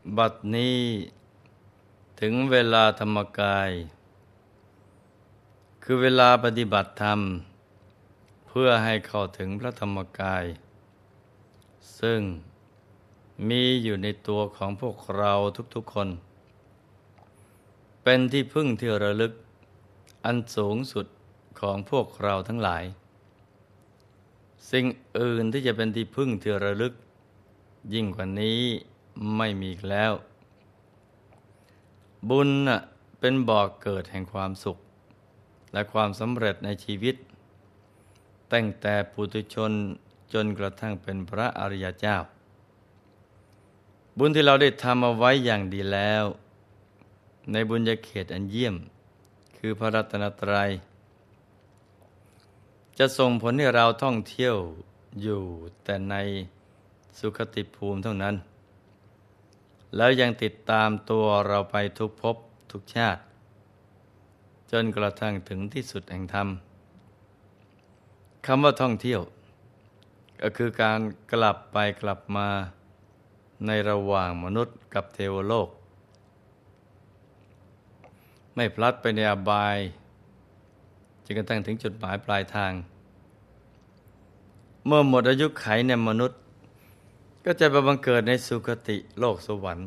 บัดนี้ถึงเวลาธรรมกายคือเวลาปฏิบัติธรรมเพื่อให้เข้าถึงพระธรรมกายซึ่งมีอยู่ในตัวของพวกเราทุกๆคนเป็นที่พึ่งที่ระลึกอันสูงสุดของพวกเราทั้งหลายสิ่งอื่นที่จะเป็นที่พึ่งที่ระลึกยิ่งกว่านี้ไม่มีอีกแล้วบุญเป็นบ่อกเกิดแห่งความสุขและความสำเร็จในชีวิตตั้งแต่ปุถุชนจนกระทั่งเป็นพระอริยเจ้าบุญที่เราได้ทำเอาไว้อย่างดีแล้วในบุญญาเขตอันเยี่ยมคือพระรัตนตรัยจะส่งผลให้เราท่องเที่ยวอยู่แต่ในสุคติภูมิเท่านั้นแล้วยังติดตามตัวเราไปทุกภพทุกชาติจนกระทั่งถึงที่สุดแห่งธรรมคำว่าท่องเที่ยวก็คือการกลับไปกลับมาในระหว่างมนุษย์กับเทวโลกไม่พลัดไปในอบายจนกระทั่งถึงจุดหมายปลายทางเมื่อหมดอายุไขในมนุษย์ก็จะไปบังเกิดในสุคติโลกสวรรค์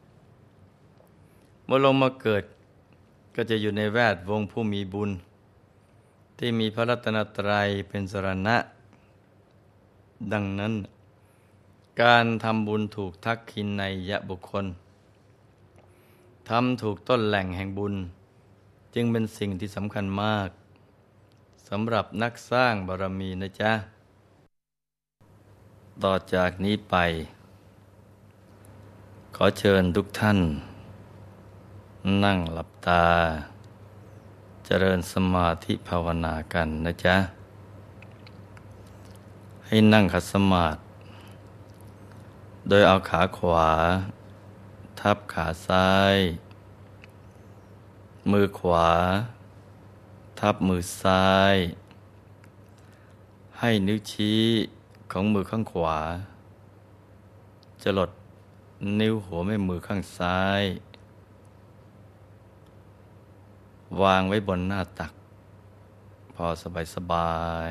เมื่อลงมาเกิดก็จะอยู่ในแวดวงผู้มีบุญที่มีพระรัตนตรัยเป็นสรณะดังนั้นการทำบุญถูกทักขินัยยะบุคคลทำถูกต้นแหล่งแห่งบุญจึงเป็นสิ่งที่สำคัญมากสำหรับนักสร้างบารมีนะจ๊ะต่อจากนี้ไปขอเชิญทุกท่านนั่งหลับตาเจริญสมาธิภาวนากันนะจ๊ะให้นั่งขัดสมาธิโดยเอาขาขวาทับขาซ้ายมือขวาทับมือซ้ายให้นิ้วชี้ของมือข้างขวาจรดนิ้วหัวแม่มือข้างซ้ายวางไว้บนหน้าตักพอสบาย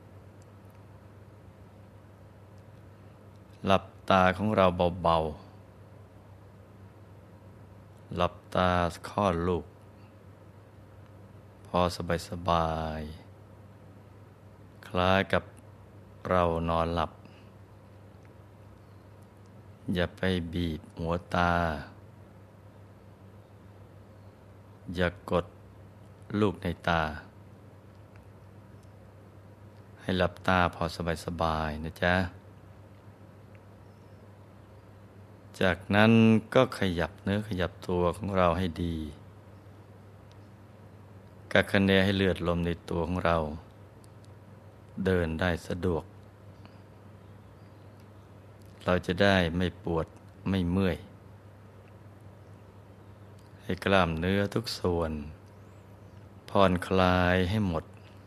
หลับตาของเราเบาๆหลับตาคลอดลูกพอสบายคล้ายกับเรานอนหลับอย่าไปบีบหัวตาอย่ากดลูกในตาให้หลับตาพอสบายนะจ๊ะจากนั้นก็ขยับเนื้อขยับตัวของเราให้ดีกักคะเนให้เลือดลมในตัวของเราเดินได้สะดวกเราจะได้ไม่ปวดไม่เมื่อยให้กล้ามเนื้อทุกส่วนผ่อนคลายให้หมด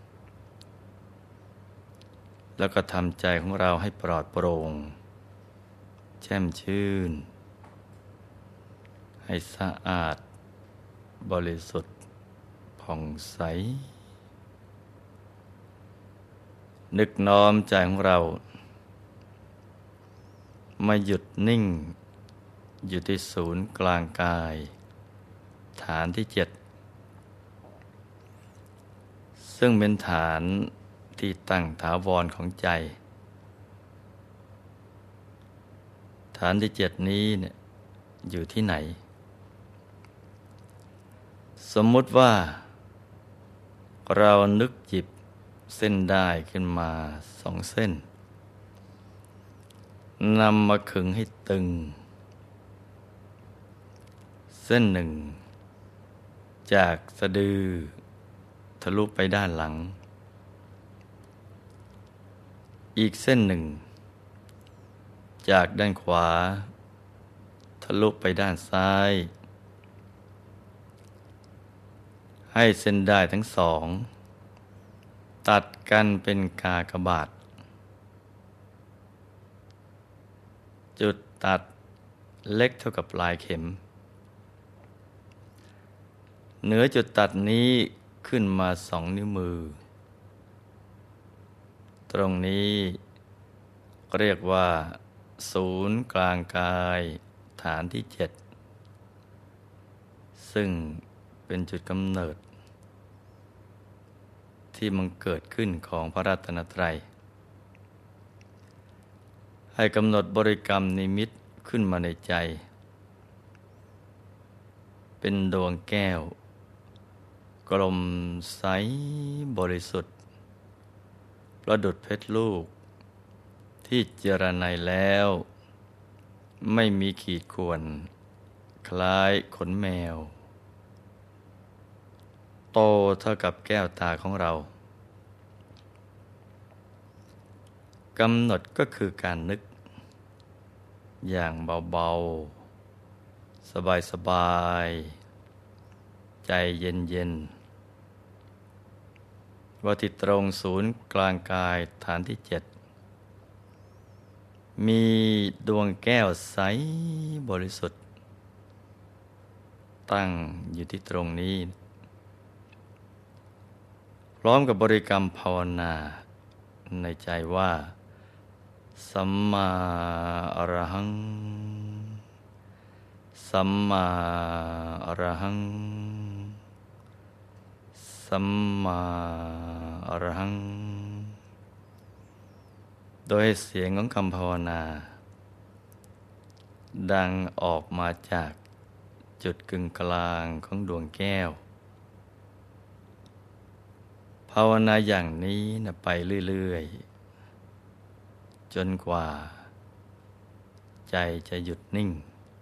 แล้วก็ทำใจของเราให้ปลอดโปร่งแช่มชื่นให้สะอาดบริสุทธิ์ผ่องใสนึกน้อมใจของเรามาหยุดนิ่งอยู่ที่ศูนย์กลางกายฐานที่7ซึ่งเป็นฐานที่ตั้งถาวรของใจฐานที่7นี้เนี่ยอยู่ที่ไหนสมมุติว่าเรานึกหยิบเส้นด้ายขึ้นมา2 เส้นนำมาขึงให้ตึงเส้นหนึ่งจากสะดือทะลุไปด้านหลังอีกเส้นหนึ่งจากด้านขวาทะลุไปด้านซ้ายให้เส้นด้ายทั้งสองตัดกันเป็นกากบาทจุดตัดเล็กเท่ากับปลายเข็มเหนือจุดตัดนี้ขึ้นมา2 นิ้วมือตรงนี้เรียกว่าศูนย์กลางกายฐานที่7ซึ่งเป็นจุดกำเนิดที่มันเกิดขึ้นของพระรัตนตรัยให้กำหนดบริกรรมนิมิตขึ้นมาในใจเป็นดวงแก้วกลมใสบริสุทธิ์ประดุจเพชรลูกที่เจรไนแล้วไม่มีขีดข่วนคล้ายขนแมวโตเท่ากับแก้วตาของเรากำหนดก็คือการนึกอย่างเบาๆสบายๆใจเย็นๆว่าที่ตรงศูนย์กลางกายฐานที่7มีดวงแก้วใสบริสุทธิ์ตั้งอยู่ที่ตรงนี้พร้อมกับบริกรรมภาวนาในใจว่าสัมมาอรหังสัมมาอรหังสัมมาอรหังโดยเสียงของคำภาวนาดังออกมาจากจุดกึ่งกลางของดวงแก้วภาวนาอย่างนี้นะไปเรื่อยๆจนกว่าใจจะหยุดนิ่ง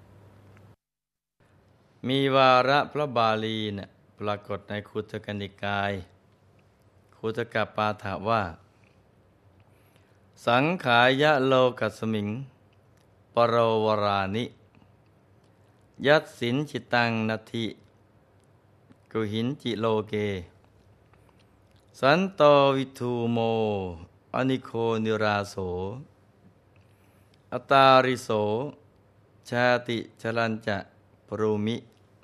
มีวาระพระบาลีนะปรากฏในคุตกนิกายคุตกปาฐะว่าสังขายะโลกัสสมิงปโรวรานิยัตสินจิตังนัตถิกุหินจิโลเกสันโตวิทูโมอนิโคนิราโสอตาริโสชาติชลันจะปรุมิ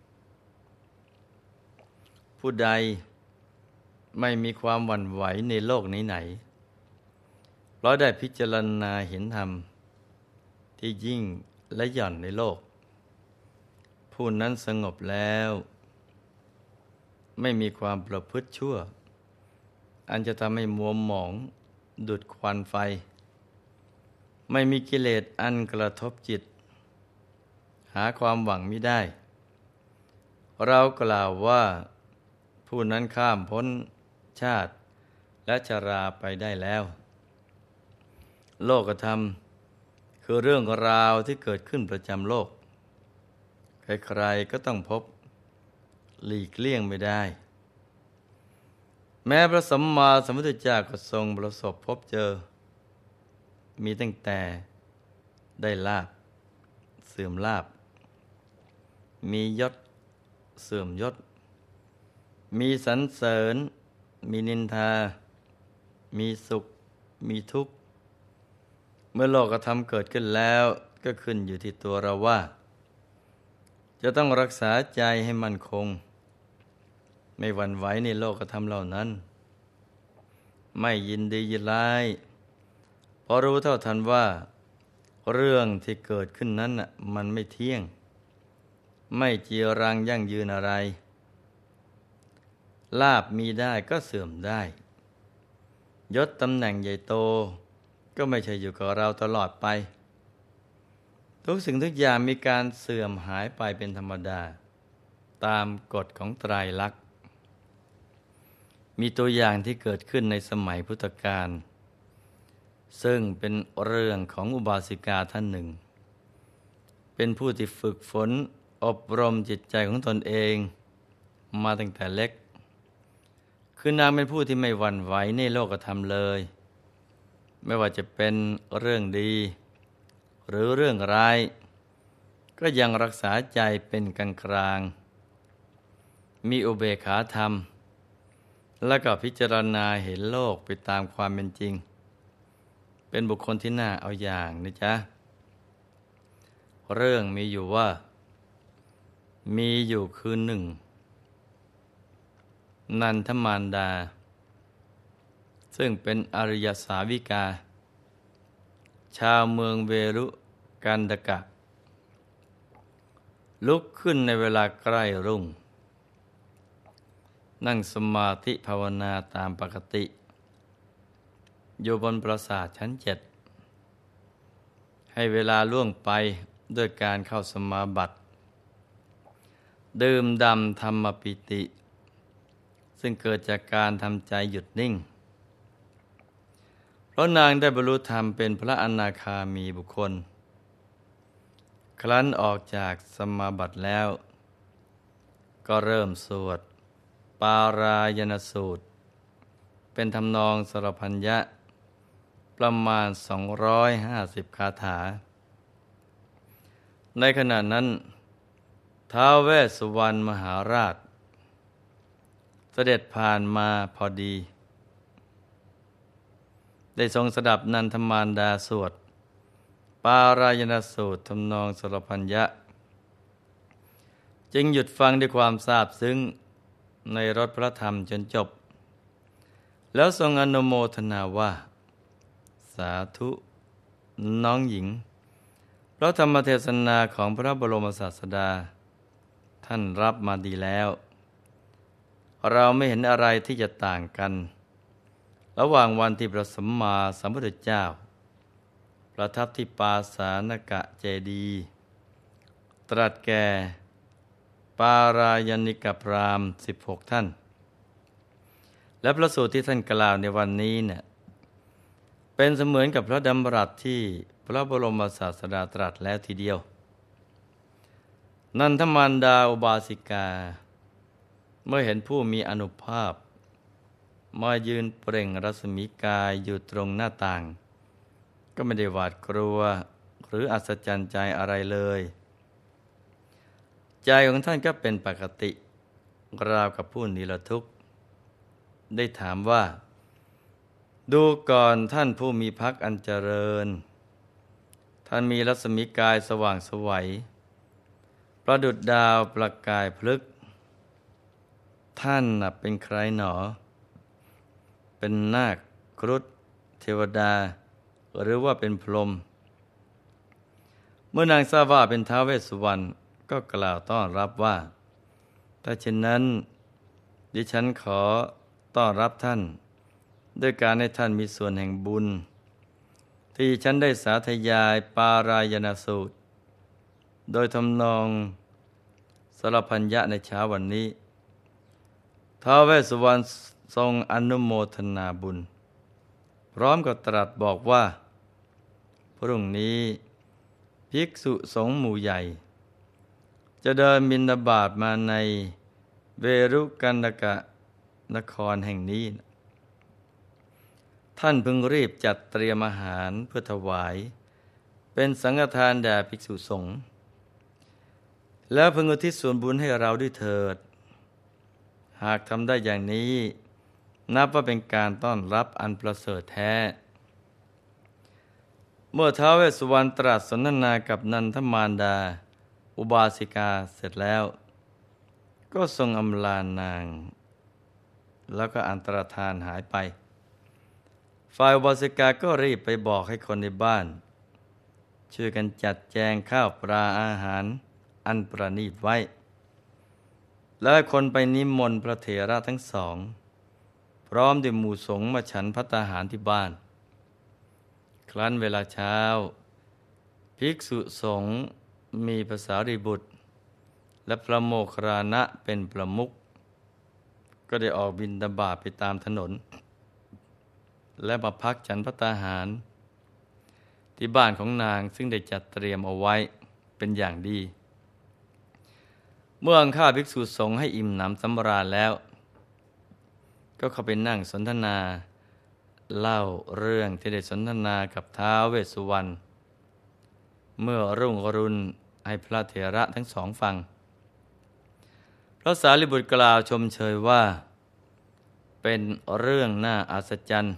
ผู้ใดไม่มีความหวั่นไหวในโลกไหนๆเพราะได้พิจารณาเห็นธรรมที่ยิ่งและหย่อนในโลกผู้นั้นสงบแล้วไม่มีความประพฤติชั่วอันจะทำให้มัวหมองดุจควันไฟไม่มีกิเลสอันกระทบจิตหาความหวังไม่ได้เรากล่าวว่าผู้นั้นข้ามพ้นชาติและชราไปได้แล้วโลกธรรมคือเรื่องราวที่เกิดขึ้นประจำโลกใครๆก็ต้องพบหลีกเลี่ยงไม่ได้แม้พระสัมมาสัมพุทธเจ้าก็ทรงประสบพบเจอมีตั้งแต่ได้ลาภเสื่อมลาภมียศเสื่อมยศมีสรรเสริญมีนินทามีสุขมีทุกข์เมื่อโลกธรรมเกิดขึ้นแล้วก็ขึ้นอยู่ที่ตัวเราว่าจะต้องรักษาใจให้มั่นคงไม่หวั่นไหวในโลกธรรมเหล่านั้นไม่ยินดียินร้ายเพราะรู้เท่าทันว่าเรื่องที่เกิดขึ้นนั้นน่ะมันไม่เที่ยงไม่จีรังยั่งยืนอะไรลาภมีได้ก็เสื่อมได้ยศตำแหน่งใหญ่โตก็ไม่ใช่อยู่กับเราตลอดไปทุกสิ่งทุกอย่างมีการเสื่อมหายไปเป็นธรรมดาตามกฎของไตรลักษณ์มีตัวอย่างที่เกิดขึ้นในสมัยพุทธกาลซึ่งเป็นเรื่องของอุบาสิกาท่านหนึ่งเป็นผู้ที่ฝึกฝนอบรมจิตใจของตนเองมาตั้งแต่เล็กคือนางเป็นผู้ที่ไม่หวั่นไหวในโลกธรรมเลยไม่ว่าจะเป็นเรื่องดีหรือเรื่องร้ายก็ยังรักษาใจเป็นกลางกลางมีอุเบกขาธรรมและก็พิจารณาเห็นโลกไปตามความเป็นจริงเป็นบุคคลที่น่าเอาอย่างนะจ๊ะเรื่องมีอยู่ว่ามีอยู่คืนหนึ่งนันทมารดาซึ่งเป็นอริยสาวิกาชาวเมืองเวรุกันดกะลุกขึ้นในเวลาใกล้รุ่งนั่งสมาธิภาวนาตามปกติอยู่บนปราสาทชั้น7ให้เวลาล่วงไปด้วยการเข้าสมาบัติดื่มด่ำธรรมปิติซึ่งเกิดจากการทำใจหยุดนิ่งเพราะนางได้บรรลุธรรมเป็นพระอนาคามีบุคคลครั้นออกจากสมาบัติแล้วก็เริ่มสวดปารายณสูตรเป็นทำนองสรพัญญะประมาณ250คาถาในขณะนั้นท้าวเวสสุวรรณมหาราชเสด็จผ่านมาพอดีได้ทรงสดับนันทมารดาสวดปารายณสูตรทำนองสรพัญญะจึงหยุดฟังด้วยความซาบซึ้งในรสพระธรรมจนจบแล้วทรงอนุโมทนาว่าสาธุน้องหญิงเพราะธรรมเทศนาของพระบรมศาสดาท่านรับมาดีแล้วเราไม่เห็นอะไรที่จะต่างกันระหว่างวันที่พระสัมมาสัมพุทธเจ้าประทับที่ปาสานกะเจดีย์ตรัสแก่ปารายณิกพราหมณ์16ท่านและพระสูตรที่ท่านกล่าวในวันนี้เนี่ยเป็นเสมือนกับพระดำรัสที่พระบรมศาสดาตรัสแล้วทีเดียวนันทมารดาอุบาสิกาเมื่อเห็นผู้มีอานุภาพมายืนเปล่งรัศมีกายอยู่ตรงหน้าต่างก็ไม่ได้หวาดกลัวหรืออัศจรรย์ใจอะไรเลยใจของท่านก็เป็นปกติราวกับผู้นิรทุกข์ได้ถามว่าดูก่อนท่านผู้มีพรรคอันเจริญท่านมีรัศมีกายสว่างไสวประดุจดาวประกายพลึกท่านเป็นใครหนอเป็นนาคครุฑเทวดาหรือว่าเป็นพรหมเมื่อนางทราบว่าเป็นท้าวเวสสุวรรณก็กล่าวต้อนรับว่าถ้าเช่นนั้นดิฉันขอต้อนรับท่านด้วยการให้ท่านมีส่วนแห่งบุญที่ฉันได้สาธยายปารายณสูตรโดยทำนองสรพัญญะในเช้าวันนี้ท้าวเวสสุวรรณทรงอนุโมทนาบุญพร้อมกับตรัสบอกว่าพรุ่งนี้ภิกษุสงฆ์หมู่ใหญ่จะเดินบิณฑบาตมาในเวรุกันดกะนครแห่งนี้ท่านพึงรีบจัดเตรียมอาหารเพื่อถวายเป็นสังฆทานแด่ภิกษุสงฆ์แล้วพึงอุทิศส่วนบุญให้เราด้วยเถิดหากทำได้อย่างนี้นับว่าเป็นการต้อนรับอันประเสริฐแท้เมื่อท้าวเวสสุวรรณตรัสสนทนากับนันทมารดาอุบาสิกาเสร็จแล้วก็ทรงอำลานางแล้วก็อันตรธานหายไปฝ่ายอุบาสิกาก็รีบไปบอกให้คนในบ้านช่วยกันจัดแจงข้าวปลาอาหารอันประณีตไว้และคนไปนิมนต์พระเถระทั้งสองพร้อมด้วยหมู่สงฆ์มาฉันภัตตาหารที่บ้านครั้นเวลาเช้าภิกษุสงฆ์มีภาษาริบุตรและพระโมคคัลลานะเป็นประมุขก็ได้ออกบิณฑบาตไปตามถนนและมาพักฉันภัตตาหารที่บ้านของนางซึ่งได้จัดเตรียมเอาไว้เป็นอย่างดีเมื่อข้าภิกษุสงฆ์ให้อิ่มหนำสำราญแล้วก็เข้าไปนั่งสนทนาเล่าเรื่องที่ได้สนทนากับท้าวเวสสุวรรณเมื่อรุ่งอรุณให้พระเถระทั้งสองฟังพระสารีบุตรกล่าวชมเชยว่าเป็นเรื่องน่าอัศจรรย์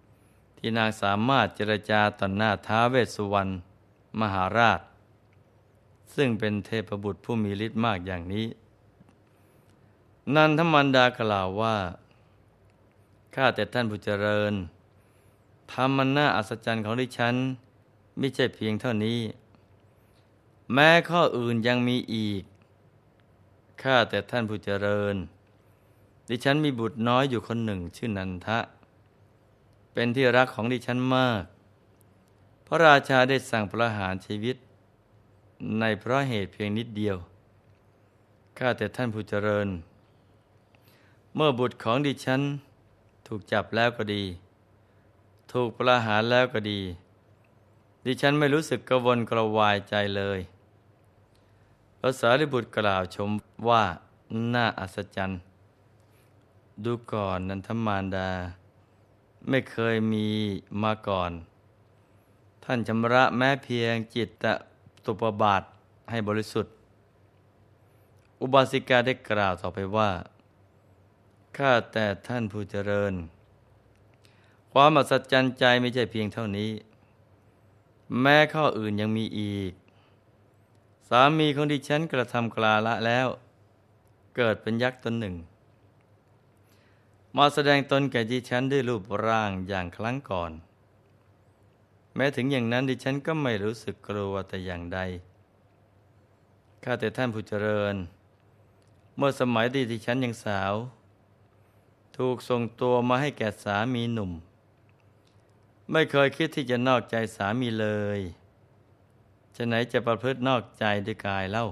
ที่นางสามารถเจรจาต่อหน้าท้าวเวสสุวรรณมหาราชซึ่งเป็นเทพบุตรผู้มีฤทธิ์มากอย่างนี้นันทมารดากล่าวว่าข้าแต่ท่านผู้เจริญธรรมมันน่าอัศจรรย์ของดิฉันไม่ใช่เพียงเท่านี้แม้ข้ออื่นยังมีอีกข้าแต่ท่านผู้เจริญดิฉันมีบุตรน้อยอยู่คนหนึ่งชื่อนันทะเป็นที่รักของดิฉันมากพระราชาได้สั่งประหารชีวิตในเพราะเหตุเพียงนิดเดียวข้าแต่ท่านผู้เจริญเมื่อบุตรของดิฉันถูกจับแล้วก็ดีถูกประหารแล้วก็ดีดิฉันไม่รู้สึกกระวนกระวายใจเลยพระสารีบุตรกล่าวชมว่าน่าอัศจรรย์ดูก่อนนันทมารดาไม่เคยมีมาก่อนท่านชำระแม้เพียงจิตตุปบาทให้บริสุทธิ์อุบาสิกาได้กล่าวต่อไปว่าข้าแต่ท่านผู้เจริญความอัศจรรย์ใจไม่ใช่เพียงเท่านี้แม้ข้ออื่นยังมีอีกสามีของดิฉันกระทำกลาละแล้วเกิดเป็นยักษ์ตนหนึ่งมาแสดงตนแก่ดิฉันด้วยรูปร่างอย่างครั้งก่อนแม้ถึงอย่างนั้นดิฉันก็ไม่รู้สึกกลัวแต่อย่างใดข้าแต่ท่านผู้เจริญเมื่อสมัยที่ดิฉันยังสาวถูกส่งตัวมาให้แก่สามีหนุ่มไม่เคยคิดที่จะนอกใจสามีเลยฉะไหนจะประพฤตินอกใจด้วยกายเล่า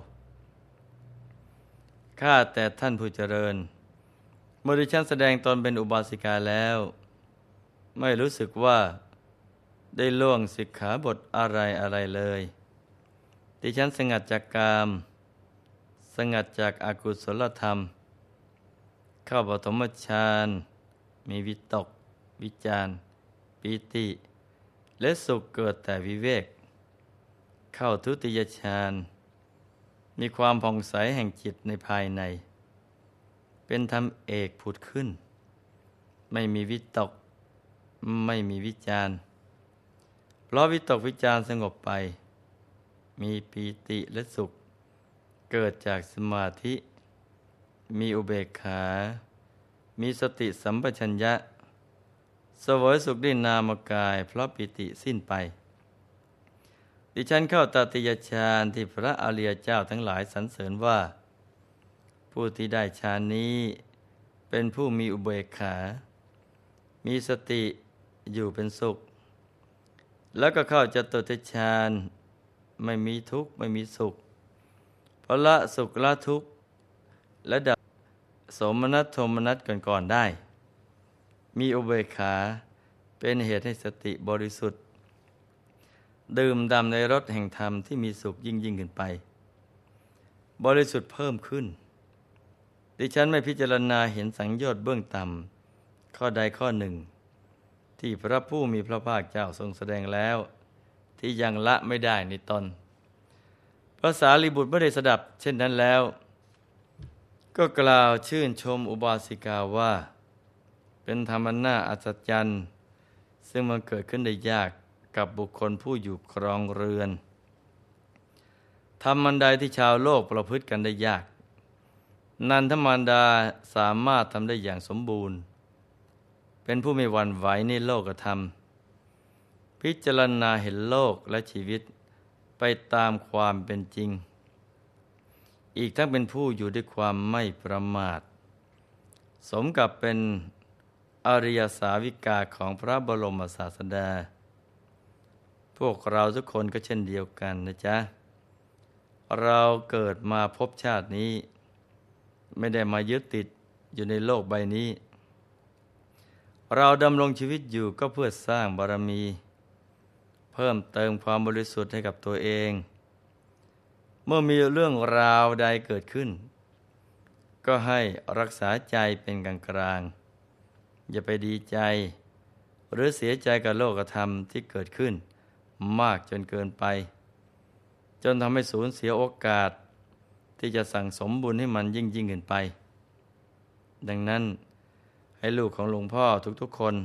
ข้าแต่ท่านผู้เจริญเมื่อดิฉันแสดงตนเป็นอุบาสิกาแล้วไม่รู้สึกว่าได้ล่วงสิกขาบทอะไรเลยดิฉันสงัดจากกามสงัดจากอกุศลธรรมเข้าปฐมฌานมีวิตกวิจารปิติและสุขเกิดแต่วิเวกเข้าทุติยฌานมีความผ่องใสแห่งจิตในภายในเป็นธรรมเอกผุดขึ้นไม่มีวิตกไม่มีวิจารเพราะวิตกวิจารสงบไปมีปีติและสุขเกิดจากสมาธิมีอุเบกขามีสติสัมปชัญญะเสวยสุขด้วยนามกายเพราะปิติสิ้นไปดิฉันเข้าตติยฌานที่พระอริยเจ้าทั้งหลายสรรเสริญว่าผู้ที่ได้ฌานนี้เป็นผู้มีอุเบกขามีสติอยู่เป็นสุขแล้วก็เข้าจตุตฌานไม่มีทุกข์ไม่มีสุขเพราะละสุขละทุกข์และดับโสมนัสโทมนัสก่อนได้มีอุเบกขาเป็นเหตุให้สติบริสุทธิ์ดื่มด่ำในรสแห่งธรรมที่มีสุขยิ่งขึ้นไปบริสุทธิ์เพิ่มขึ้นดิฉันไม่พิจารณาเห็นสังโยชน์เบื้องต่ำข้อใดข้อหนึ่งที่พระผู้มีพระภาคเจ้าทรงแสดงแล้วที่ยังละไม่ได้ในตนพระสารีบุตรไม่ได้สดับเช่นนั้นแล้วก็กล่าวชื่นชมอุบาสิกาว่าเป็นธรรมน่าอัศจรรย์ซึ่งมันเกิดขึ้นได้ยากกับบุคคลผู้อยู่ครองเรือนธรรมอันใดที่ชาวโลกประพฤติกันได้ยากนันทมารดาสามารถทำได้อย่างสมบูรณ์เป็นผู้ไม่หวั่นไหวในโลกธรรมพิจารณาเห็นโลกและชีวิตไปตามความเป็นจริงอีกทั้งเป็นผู้อยู่ด้วยความไม่ประมาทสมกับเป็นอริยสาวิกาของพระบรมศาสดาพวกเราทุกคนก็เช่นเดียวกันนะจ๊ะเราเกิดมาพบชาตินี้ไม่ได้มายึดติดอยู่ในโลกใบนี้เราดำรงชีวิตอยู่ก็เพื่อสร้างบารมีเพิ่มเติมความบริสุทธิ์ให้กับตัวเองเมื่อมีเรื่องราวใดเกิดขึ้นก็ให้รักษาใจเป็นกลางๆอย่าไปดีใจหรือเสียใจกับโลกธรรมที่เกิดขึ้นมากจนเกินไปจนทำให้สูญเสียโอกาสที่จะสั่งสมบุญให้มันยิ่งขึ้นไปดังนั้นให้ลูกของหลวงพ่อทุกๆคน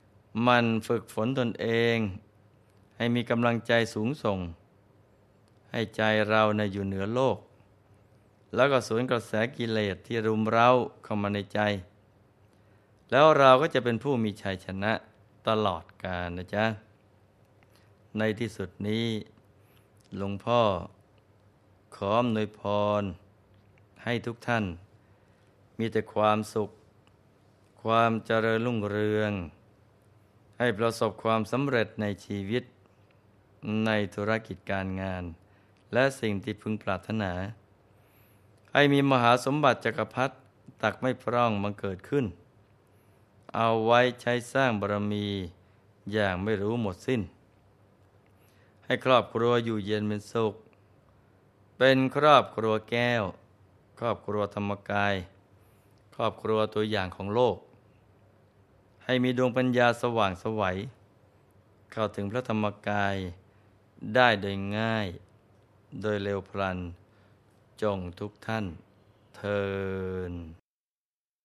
มันฝึกฝนตนเองให้มีกำลังใจสูงส่งให้ใจเราอยู่เหนือโลก แล้วก็สวนกระแสกิเลสที่รุมเร้าเข้ามาในใจ แล้วเราก็จะเป็นผู้มีชัยชนะตลอดกาลนะจ๊ะในที่สุดนี้หลวงพ่อขออำนวยพรให้ทุกท่านมีแต่ความสุขความเจริญรุ่งเรืองให้ประสบความสำเร็จในชีวิตในธุรกิจการงานและสิ่งที่พึงปรารถนาให้มีมหาสมบัติจักรพรรดิตักไม่พร่องบังเกิดขึ้นเอาไว้ใช้สร้างบารมีอย่างไม่รู้หมดสิ้นให้ครอบครัวอยู่เย็นเป็นสุขเป็นครอบครัวแก้วครอบครัวธรรมกายครอบครัวตัวอย่างของโลกให้มีดวงปัญญาสว่างไสวเข้าถึงพระธรรมกายได้โดยง่ายโดยเร็วพลันจงทุกท่านเทอญ